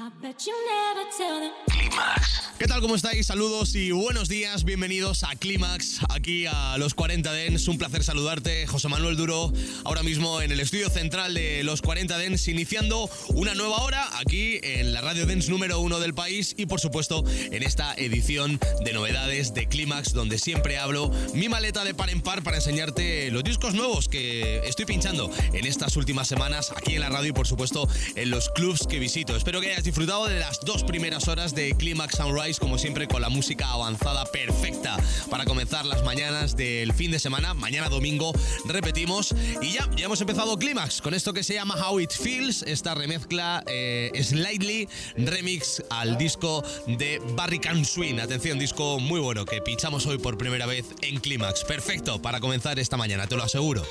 Clímax. ¿Qué tal? ¿Cómo estáis? Saludos y buenos días. Bienvenidos a Clímax, aquí a los 40 Dance. Un placer saludarte, José Manuel Duro, ahora mismo en el estudio central de los 40 Dance, iniciando una nueva hora aquí en la radio Dance número 1 del país y, por supuesto, en esta edición de novedades de Clímax, donde siempre hablo mi maleta de par en par para enseñarte los discos nuevos que estoy pinchando en estas últimas semanas aquí en la radio y, por supuesto, en los clubs que visito. Espero que hayas disfrutado de las 2 primeras horas de Clímax Sunrise, como siempre, con la música avanzada perfecta para comenzar las mañanas del fin de semana. Mañana domingo repetimos y ya hemos empezado Clímax con esto que se llama How It Feels, esta remezcla Slightly remix al disco de Barry Can Swing. Atención, disco muy bueno que pinchamos hoy por primera vez en Clímax. Perfecto para comenzar esta mañana, te lo aseguro.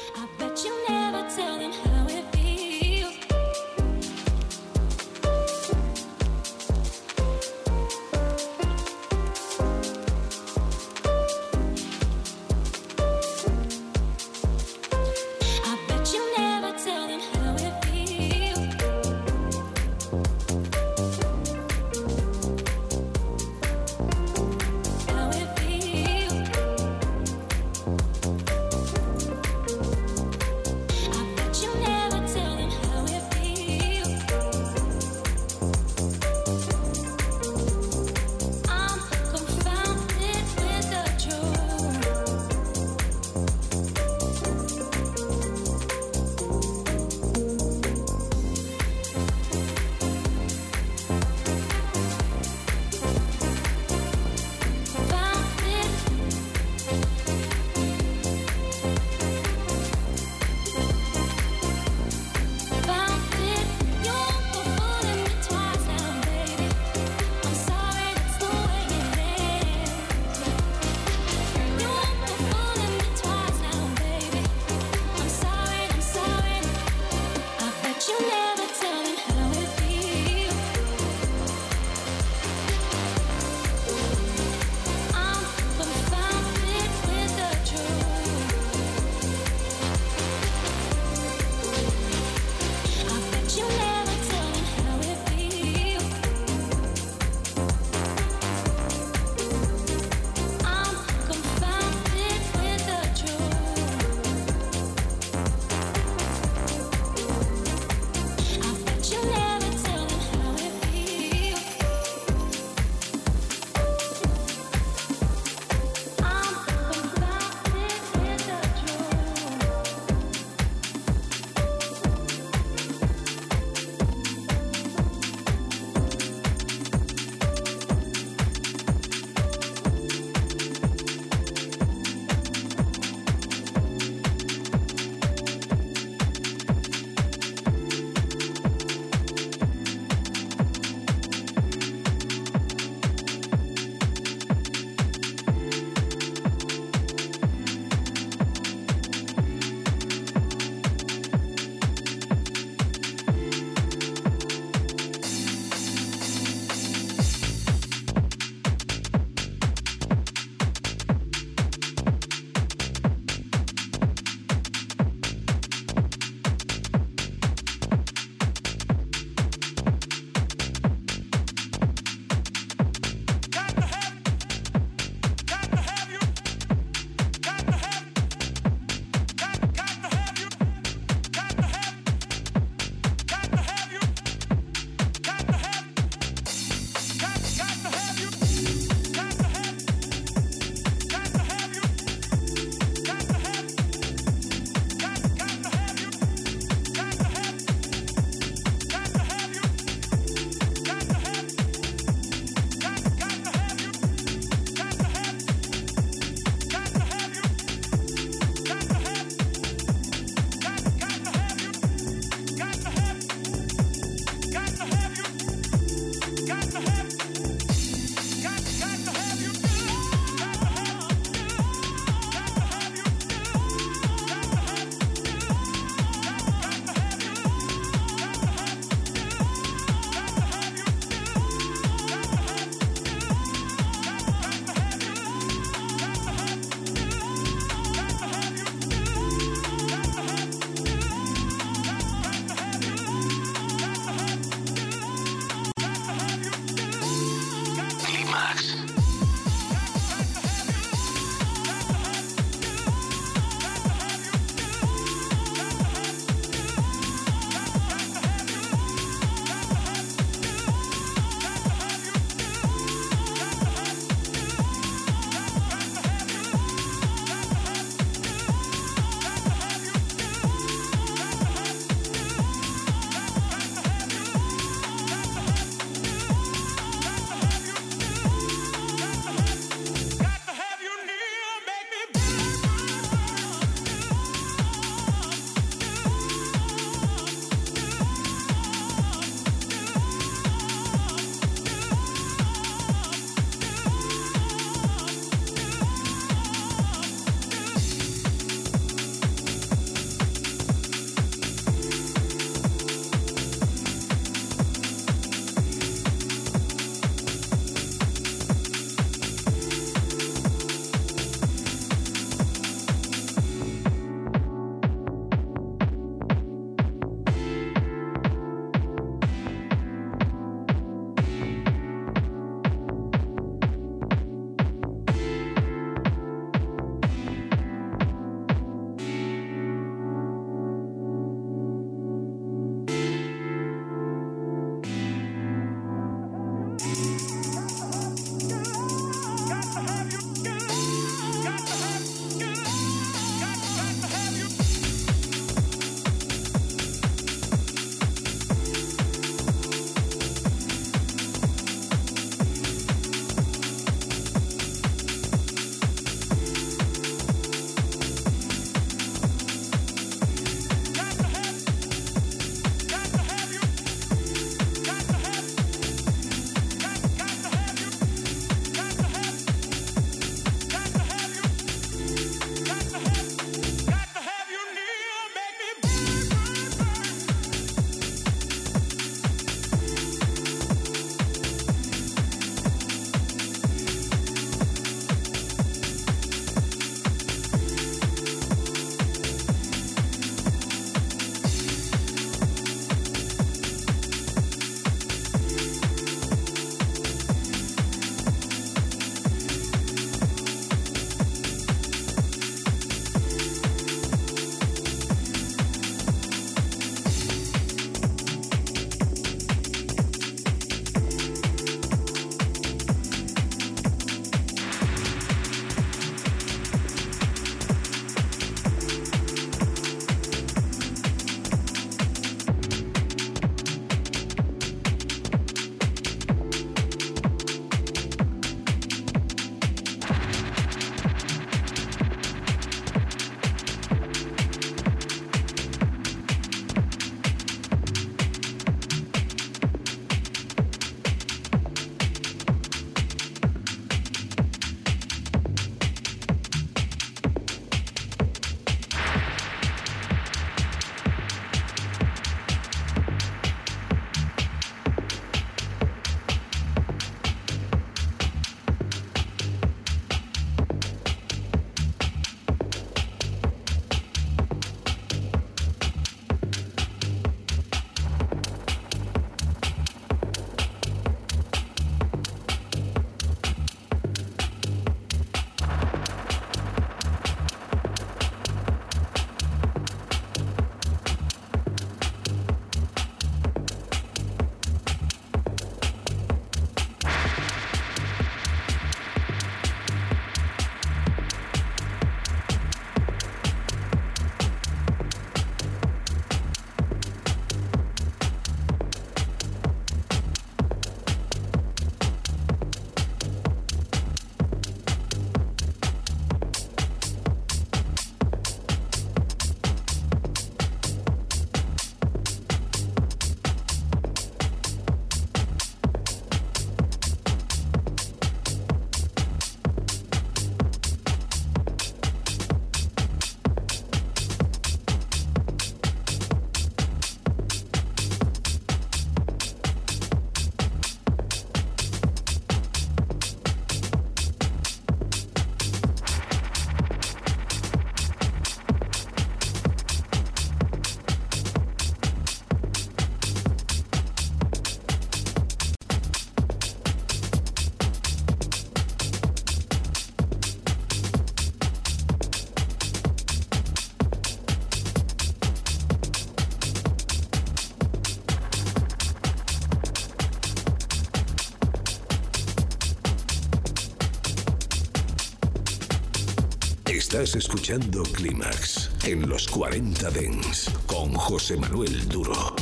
Estás escuchando Clímax en los 40 Dance con José Manuel Duro.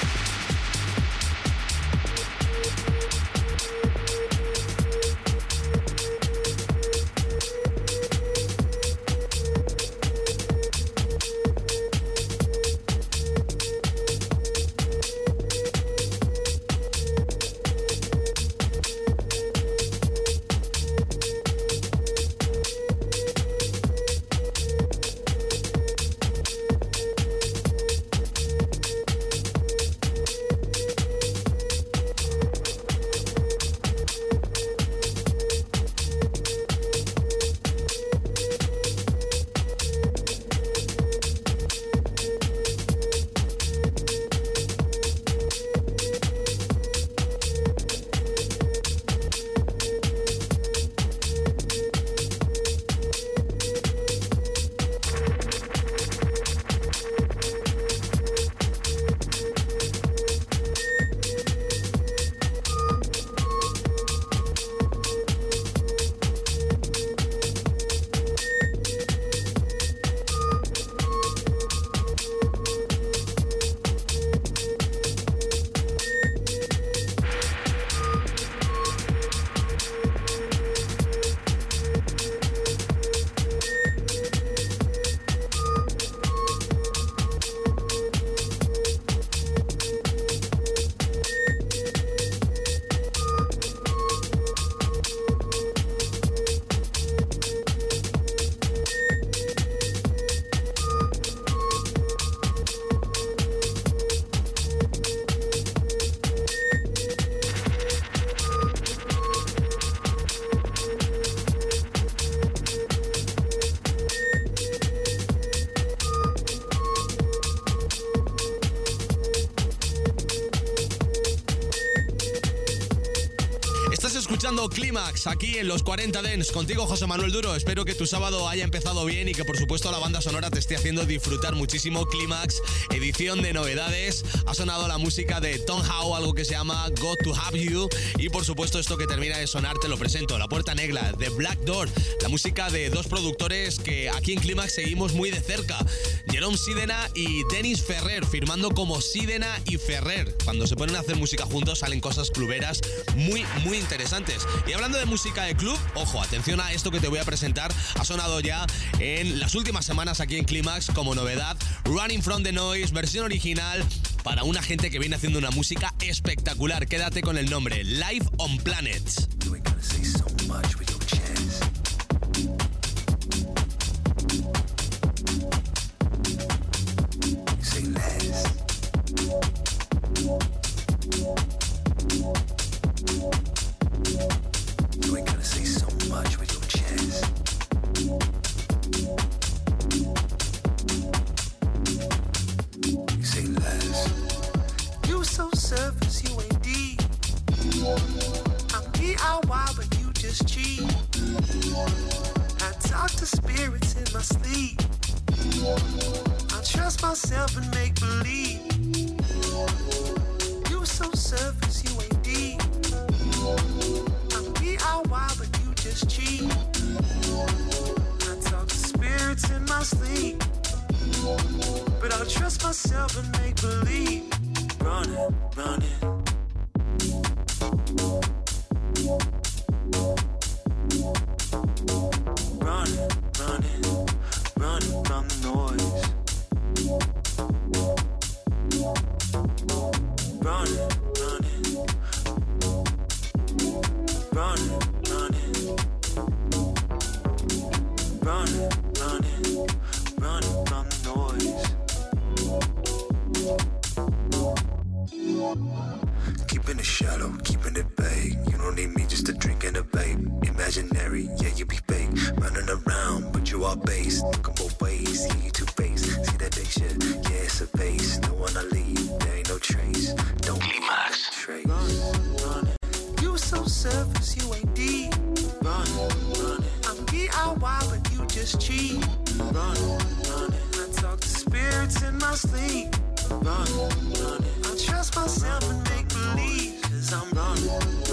Escuchando Clímax aquí en los 40 Dance contigo, José Manuel Duro. Espero que tu sábado haya empezado bien y que por supuesto la banda sonora te esté haciendo disfrutar muchísimo. Clímax, edición de novedades. Ha sonado la música de Tom Howe, algo que se llama Got to Have You, y por supuesto esto que termina de sonar te lo presento, La Puerta Negra de Black Door, la música de dos productores que aquí en Clímax seguimos muy de cerca, Jerome Sidena y Dennis Ferrer, firmando como Sidena y Ferrer. Cuando se ponen a hacer música juntos salen cosas cluberas muy interesantes. Y hablando de música de club, ojo, atención a esto que te voy a presentar. Ha sonado ya en las últimas semanas aquí en Clímax como novedad, Running From The Noise, versión original para una gente que viene haciendo una música espectacular. Quédate con el nombre, Live on Planets.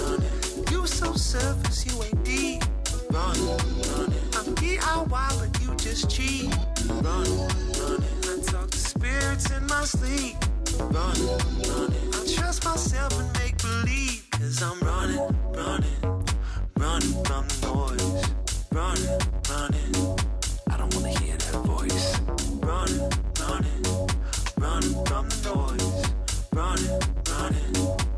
Surface, you ain't deep. I'm DIY, but you just cheat. Running, running. I talk to spirits in my sleep. Running, running. I trust myself and make believe. Cause I'm running, running. Running from the noise. Running, running. I don't wanna hear that voice. Running, running. Running from the noise. Running, running.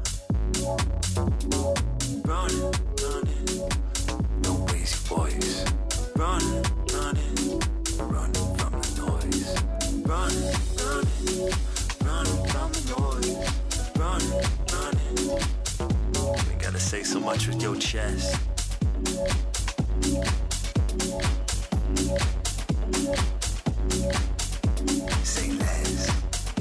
Running, running. No crazy voice. Running, running. Running from the noise. Running, running. Running from the noise. Running, running. We gotta say so much with your chest. Say less.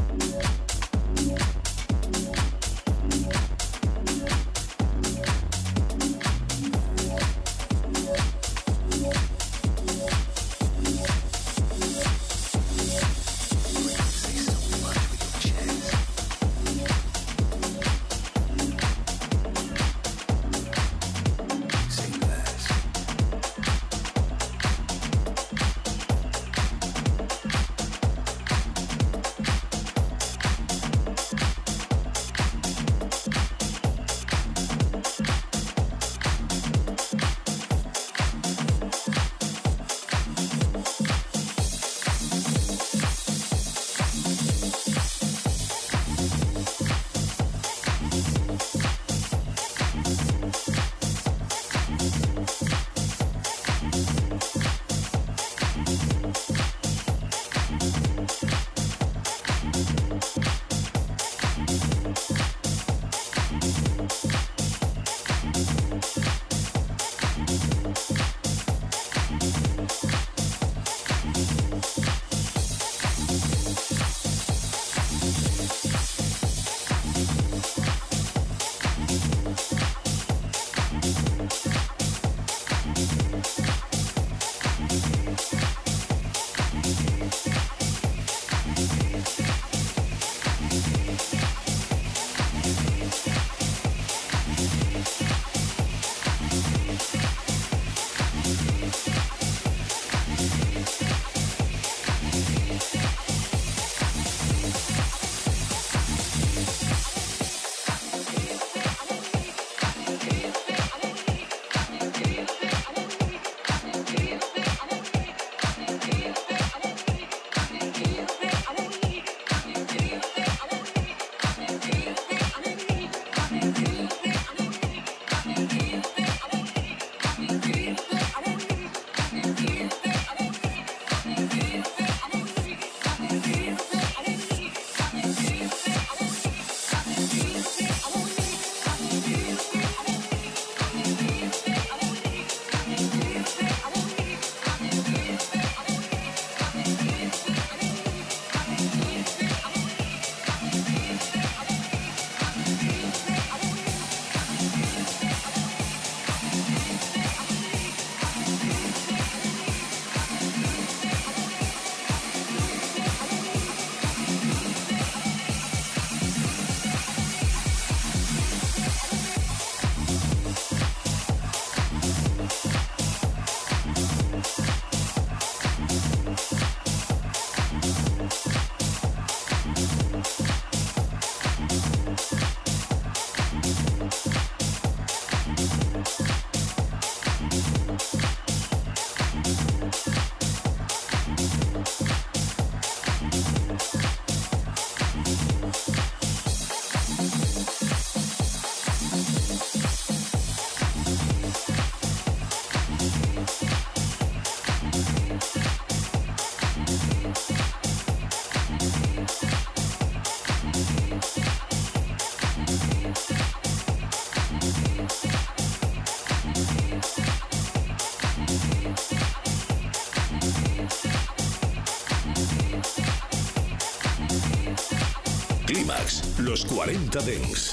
Clímax, los 40 Dance.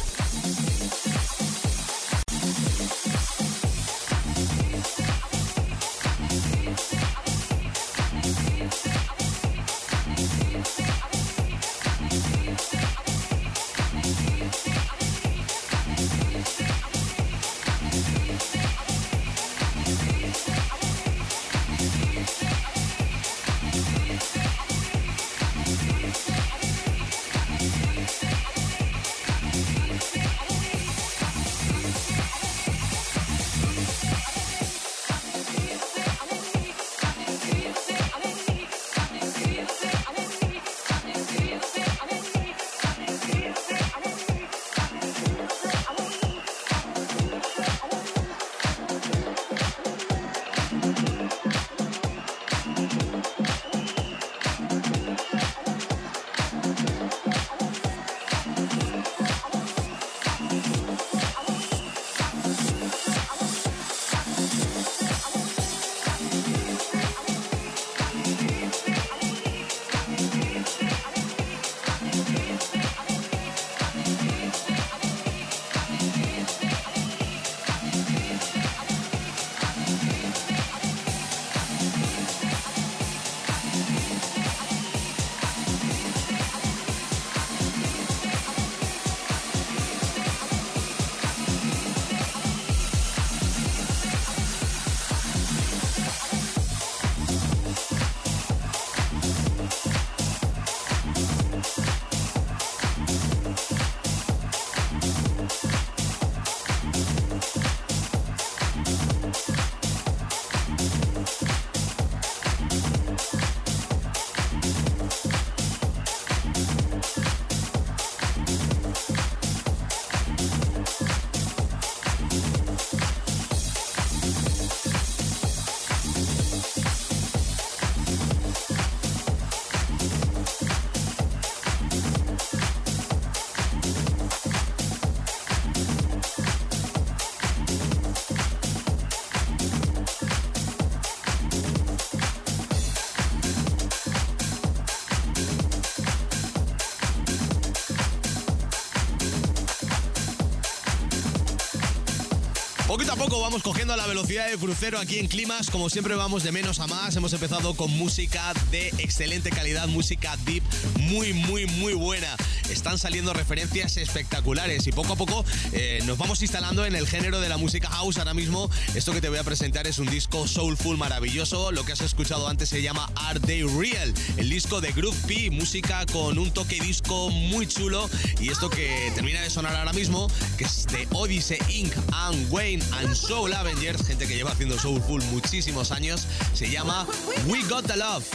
Poquito a poco vamos cogiendo la velocidad de crucero aquí en Clímax. Como siempre vamos de menos a más. Hemos empezado con música de excelente calidad, música deep muy buena. Están saliendo referencias espectaculares y poco a poco nos vamos instalando en el género de la música house. Ahora mismo esto que te voy a presentar es un disco soulful maravilloso. Lo que has escuchado antes se llama Are They Real, el disco de Groove P, música con un toque disco muy chulo. Y esto que termina de sonar ahora mismo, que es de Odyssey Inc. and Wayne and Soul Avengers, gente que lleva haciendo soulful muchísimos años, se llama We Got the Love.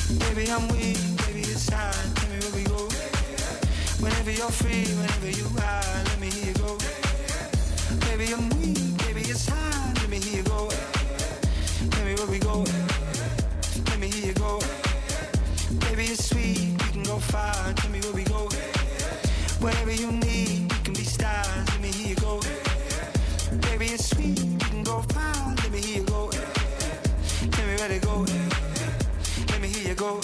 Baby, I'm weak, baby, it's time. Tell me where we go. Whenever you're free, whenever you are, let me hear you go. Baby, I'm weak, baby, it's time. Let me hear you go. Tell me where we go. Let me hear you go. Baby, it's sweet, we can go far. Tell me where we go. Whatever you need, we can be stars. Let me hear you go. Baby, it's sweet, we can go far. Let me hear you go. Tell me where to go. Let me hear you go.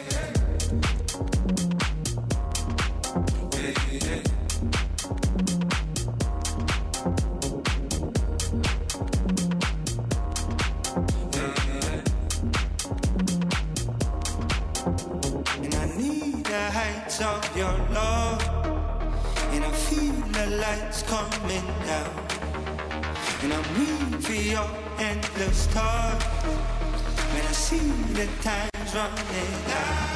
Of your love, and I feel the lights coming down, and I'm waiting for your endless talk. When I see the time's running out.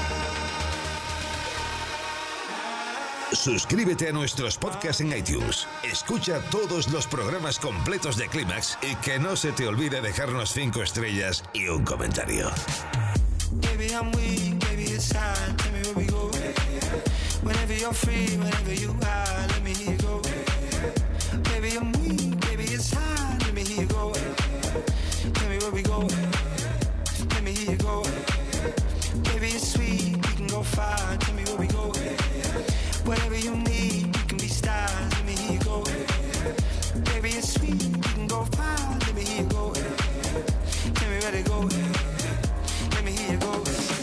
Suscríbete a nuestros podcasts en iTunes. Escucha todos los programas completos de Clímax y que no se te olvide dejarnos 5 estrellas y un comentario. Baby, I'm weak, baby, it's time. Tell me where we go. Whenever you're free, whenever you are, let me hear you go. Baby, I'm weak, baby, it's time. Let me hear you go. Tell me where we go. Let me hear you go. Baby, it's sweet, we can go far. Tell me where we go. Whatever you need, we can be stars. Let me hear you go. Baby, it's sweet, we can go far. Let me hear you go. Tell me where to go. Let me hear you go.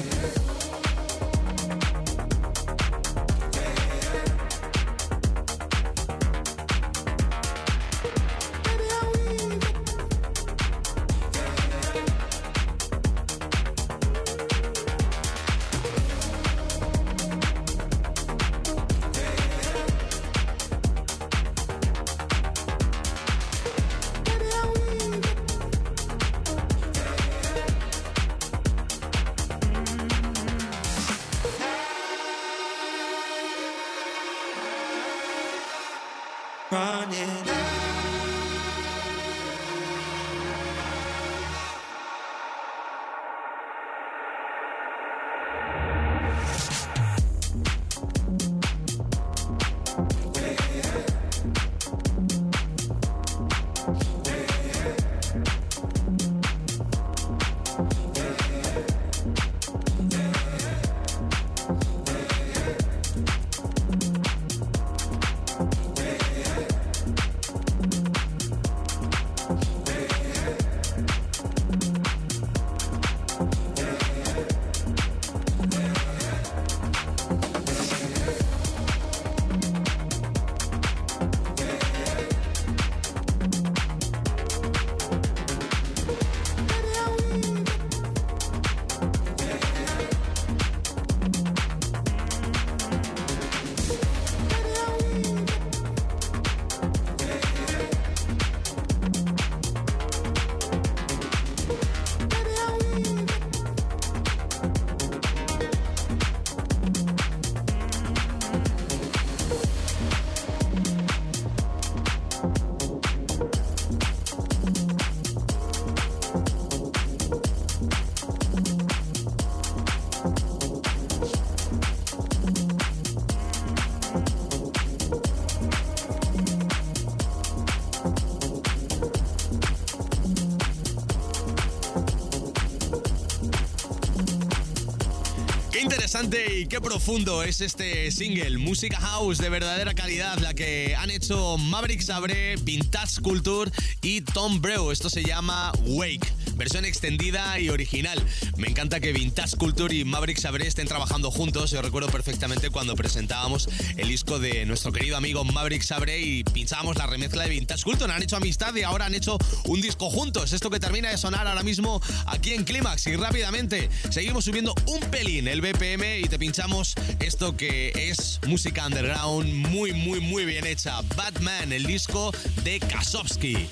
interesante y qué profundo es este single. Música house de verdadera calidad, la que han hecho Maverick Sabre, Vintage Culture y Tom Breu. Esto se llama Wake, versión extendida y original. Me encanta que Vintage Culture y Maverick Sabre estén trabajando juntos. Yo recuerdo perfectamente cuando presentábamos el disco de nuestro querido amigo Maverick Sabre y pinchábamos la remezcla de Vintage Culture. Han hecho amistad y ahora han hecho un disco juntos. Esto que termina de sonar ahora mismo aquí en Clímax. Y rápidamente seguimos subiendo un pelín el BPM y te pinchamos esto que es música underground muy, muy, muy bien hecha. Batman, el disco de Kasovsky.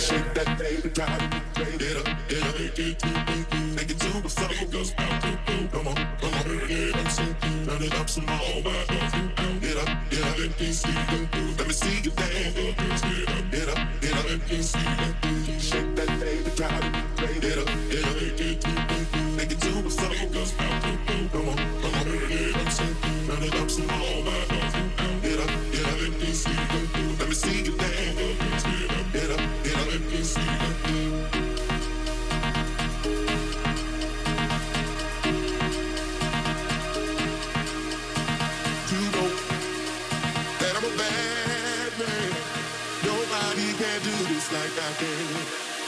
Shake that baby, drop it, get up, take it to the floor. Come on, turn it up some more. Get up, let me see you dance. Get up, shake that baby, drop it, get up, take it to the floor. Come on, turn it up some more. Get up, let me see you dance. Get up, let me see you dance. Like I can.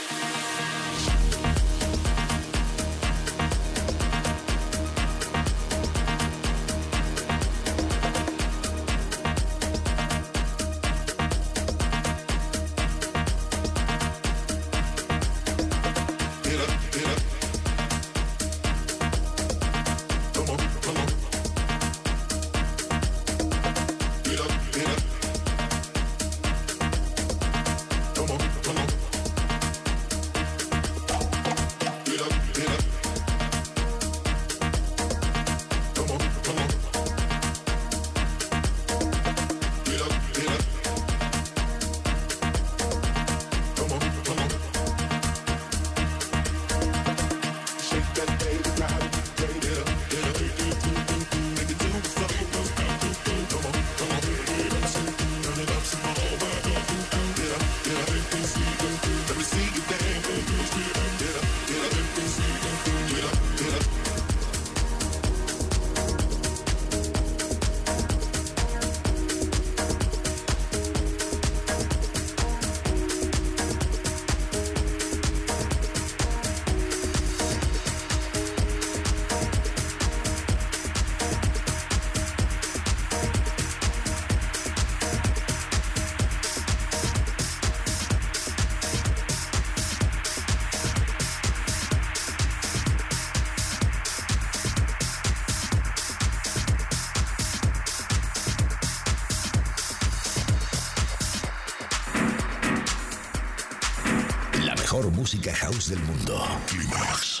Música house del mundo. Climax.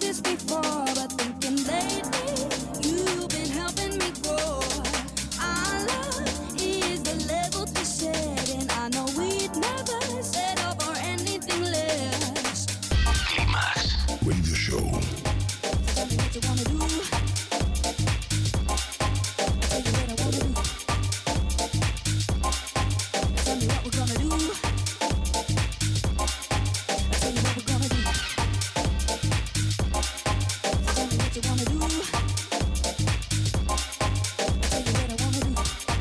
this before, but thinking lately you've been helping me grow. Our love is the level to set, and I know we'd never settle for anything less. Climax Radio Show. Tell me what you wanna do. Tell you what I wanna do. Tell me what we're gonna do. Tell you what we're gonna do. Tell me what you wanna do. Tell you what I wanna do.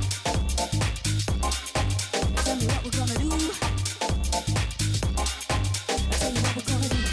Tell me what we're gonna do. Tell you what we're gonna do.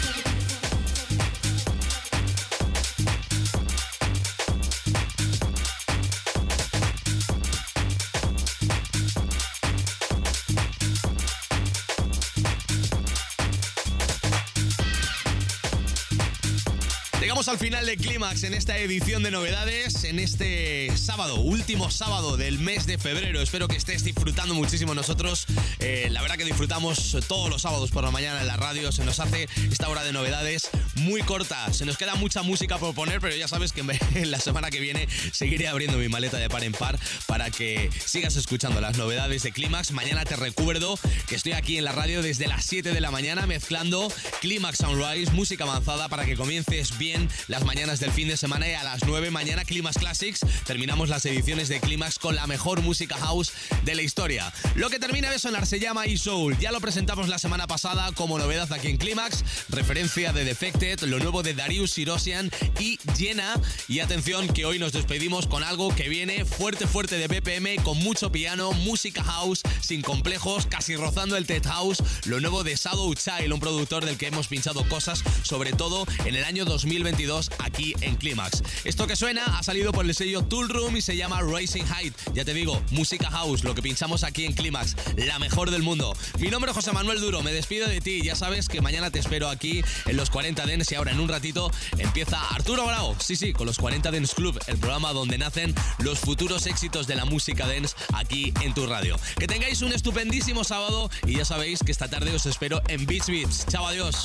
Llegamos al final de Clímax en esta edición de novedades, en este sábado, último sábado del mes de febrero. Espero que estés disfrutando muchísimo. Nosotros, la verdad que disfrutamos todos los sábados por la mañana en la radio. Se nos hace esta hora de novedades muy corta. Se nos queda mucha música por poner, pero ya sabes que en la semana que viene seguiré abriendo mi maleta de par en par para que sigas escuchando las novedades de Clímax. Mañana te recuerdo que estoy aquí en la radio desde las 7 de la mañana mezclando Clímax Sunrise, música avanzada para que comiences bien las mañanas del fin de semana. Y a las 9 mañana Clímax Classics. Terminamos las ediciones de Clímax con la mejor música house de la historia. Lo que termina de sonar se llama E-Soul. Ya lo presentamos la semana pasada como novedad aquí en Clímax. Referencia de Defected, lo nuevo de Darius Syrossian y Jenna. Y atención que hoy nos despedimos con algo que viene fuerte de BPM, con mucho piano, música house, sin complejos, casi rozando el tech house. Lo nuevo de Shadow Child, un productor del que hemos pinchado cosas, sobre todo en el año 2022 aquí en Clímax. Esto que suena ha salido por el sello Tool Room y se llama Rising Height. Ya te digo, música house, lo que pinchamos aquí en Clímax, la mejor del mundo. Mi nombre es José Manuel Duro, me despido de ti. Ya sabes que mañana te espero aquí en los 40 Dance y ahora en un ratito empieza Arturo Bravo. Sí, con los 40 Dance Club, el programa donde nacen los futuros éxitos de la música dance aquí en tu radio. Que tengáis un estupendísimo sábado y ya sabéis que esta tarde os espero en Beats Beats. Chao, adiós.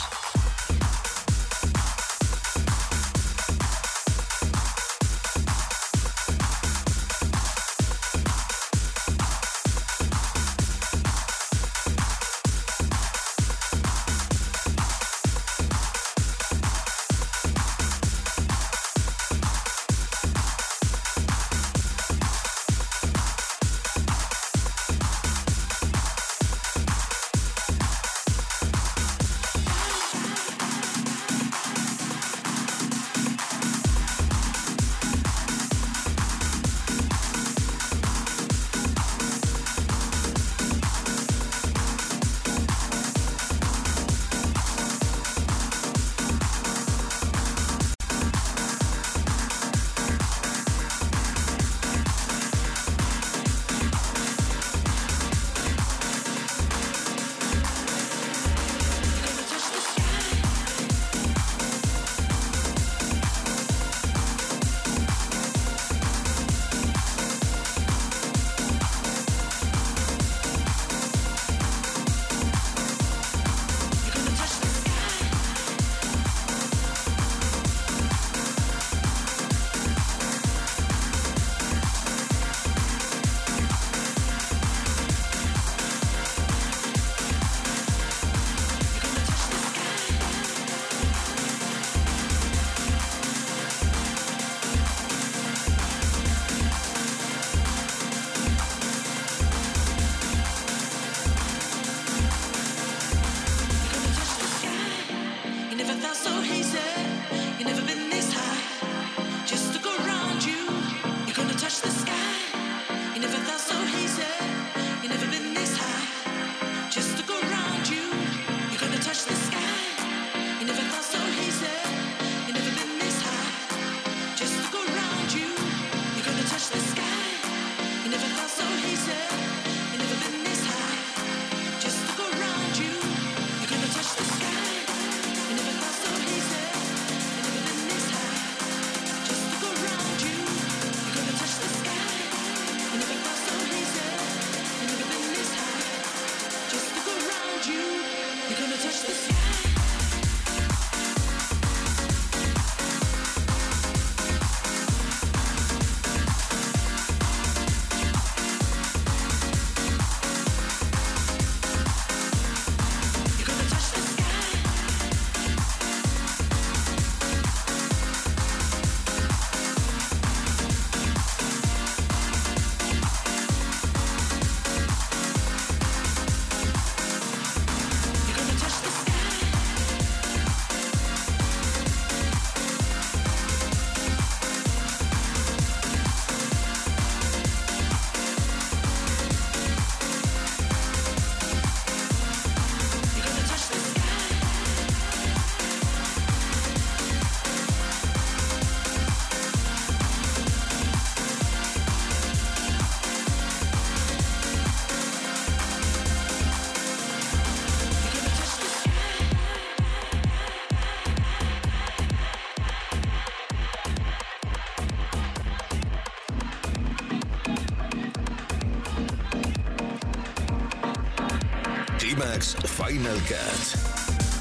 Climax Final Cut.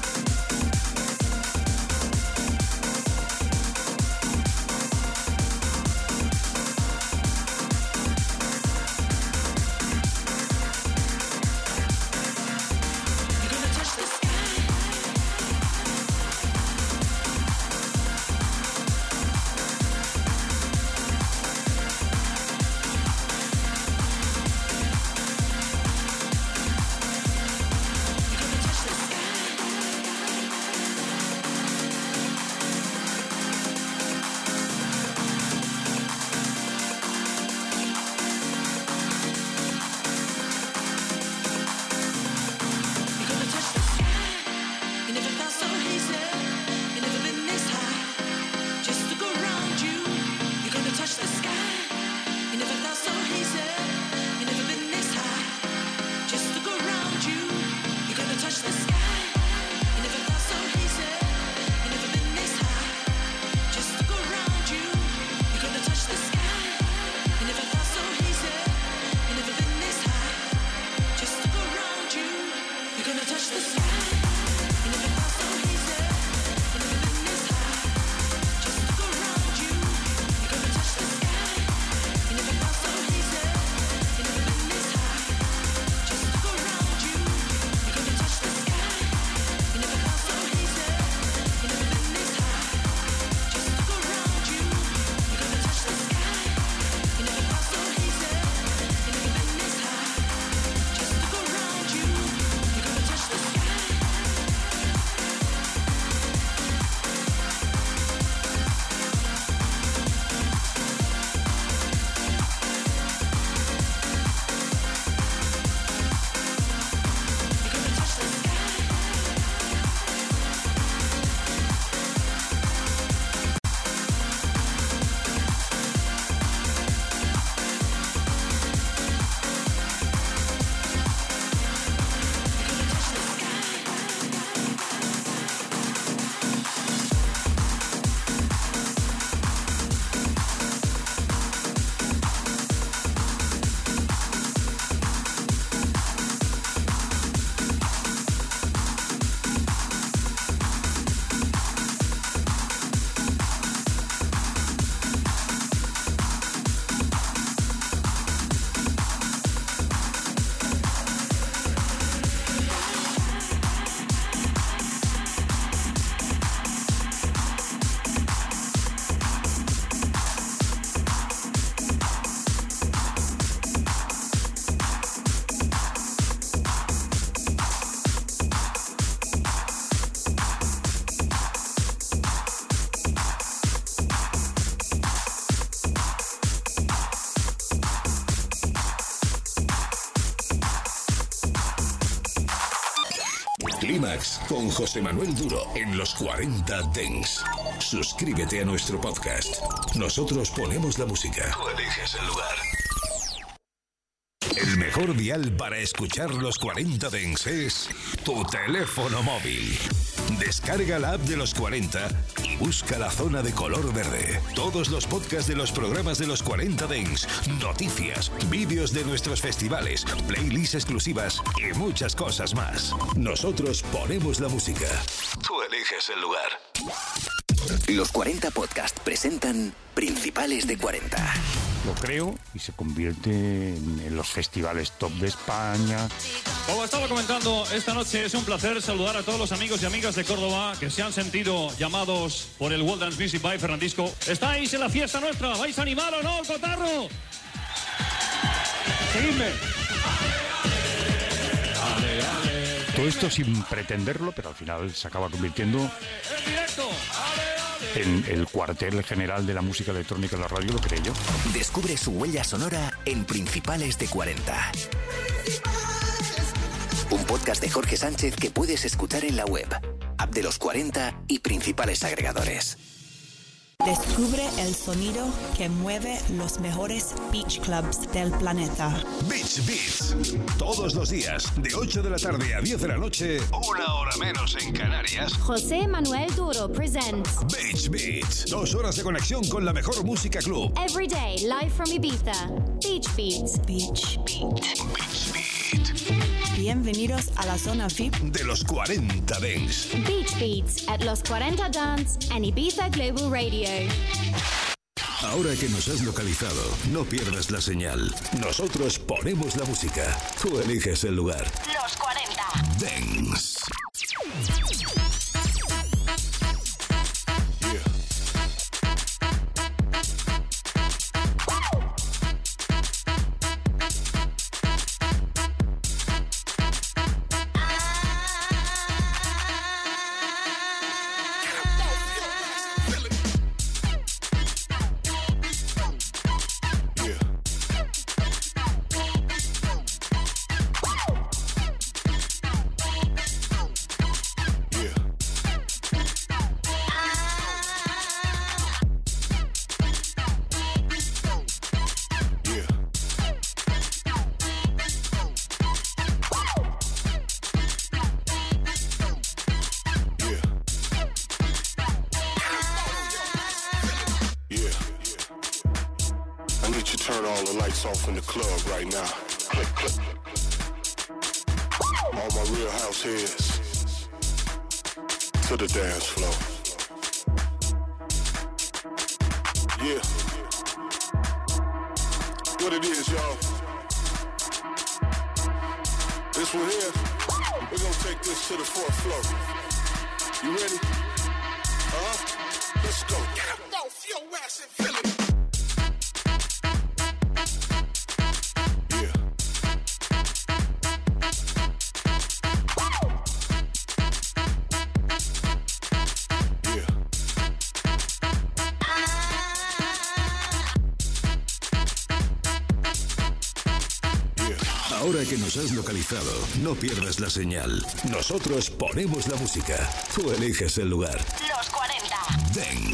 Climax con José Manuel Duro en los 40 Dance. Suscríbete a nuestro podcast. Nosotros ponemos la música. Tú eliges el lugar. El mejor dial para escuchar los 40 Dance es tu teléfono móvil. Descarga la app de los 40 y busca la zona de color verde. Todos los podcasts de los programas de los 40 Dance, noticias, vídeos de nuestros festivales, playlists exclusivas y muchas cosas más. Nosotros ponemos la música. Tú eliges el lugar. Los 40 Podcast presentan Principales de 40. Lo creo y se convierte en los festivales top de España. Como estaba comentando, esta noche es un placer saludar a todos los amigos y amigas de Córdoba que se han sentido llamados por el World Dance Music by Fernandisco. ¿Estáis en la fiesta nuestra? ¿Vais a animar o no, cotarro? Seguidme. Todo esto sin pretenderlo, pero al final se acaba convirtiendo En directo. en el cuartel general de la música electrónica en la radio, lo creo yo. Descubre su huella sonora en Principales de 40. Un podcast de Jorge Sánchez que puedes escuchar en la web, app de los 40 y principales agregadores. Descubre el sonido que mueve los mejores beach clubs del planeta. Beach Beats. Todos los días, de 8 de la tarde a 10 de la noche, una hora menos en Canarias. José Manuel Duro presents Beach Beats. 2 horas de conexión con la mejor música club. every day live from Ibiza. Beach Beats. Beach Beat. Beach Beat. Bienvenidos a la zona VIP de los 40 Dance. Beach Beats at Los 40 Dance and Ibiza Global Radio. Ahora que nos has localizado, no pierdas la señal. Nosotros ponemos la música. Tú eliges el lugar. Los 40 Dance. Off in the club right now. Click, click. All my real house heads to the dance floor. Yeah. What it is, y'all. This one here, we're gonna take this to the fourth floor. You ready? Let's go. Get up off your ass and feel it. Ahora que nos has localizado, no pierdas la señal. Nosotros ponemos la música. Tú eliges el lugar. Los 40 Dance.